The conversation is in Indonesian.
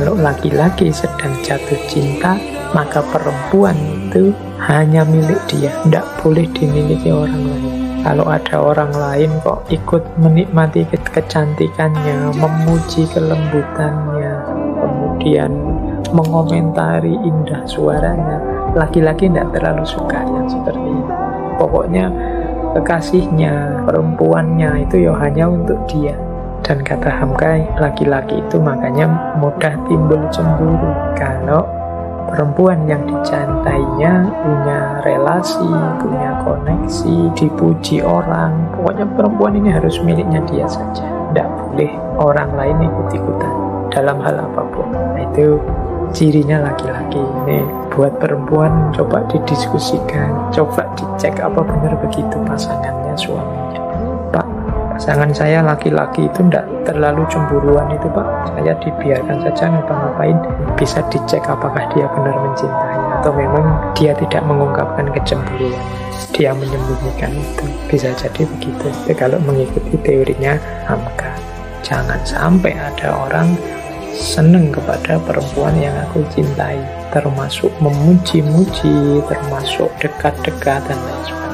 Kalau laki-laki sedang jatuh cinta, maka perempuan itu hanya milik dia, tidak boleh dimiliki orang lain. Kalau ada orang lain kok ikut menikmati kecantikannya, memuji kelembutannya, kemudian mengomentari indah suaranya, laki-laki tidak terlalu suka yang seperti ini. Pokoknya kekasihnya, perempuannya itu ya hanya untuk dia. Dan kata Hamka, laki-laki itu makanya mudah timbul cemburu kalau perempuan yang dicintainya punya relasi, punya koneksi, dipuji orang. Pokoknya perempuan ini harus miliknya dia saja, tidak boleh orang lain ikut-ikutan dalam hal apapun. Nah, itu cirinya laki-laki. Ini buat perempuan coba didiskusikan, coba dicek apa benar begitu pasangannya, suaminya. Pak, pasangan saya laki-laki itu tidak terlalu cemburuan itu Pak, saya dibiarkan saja ngapa-ngapain, bisa dicek apakah dia benar mencintai atau memang dia tidak mengungkapkan kecemburuan, dia menyembunyikan itu. Bisa jadi begitu. Jadi kalau mengikuti teorinya Hamka, jangan sampai ada orang seneng kepada perempuan yang aku cintai, termasuk memuji-muji, termasuk dekat-dekat dan lain sebagainya.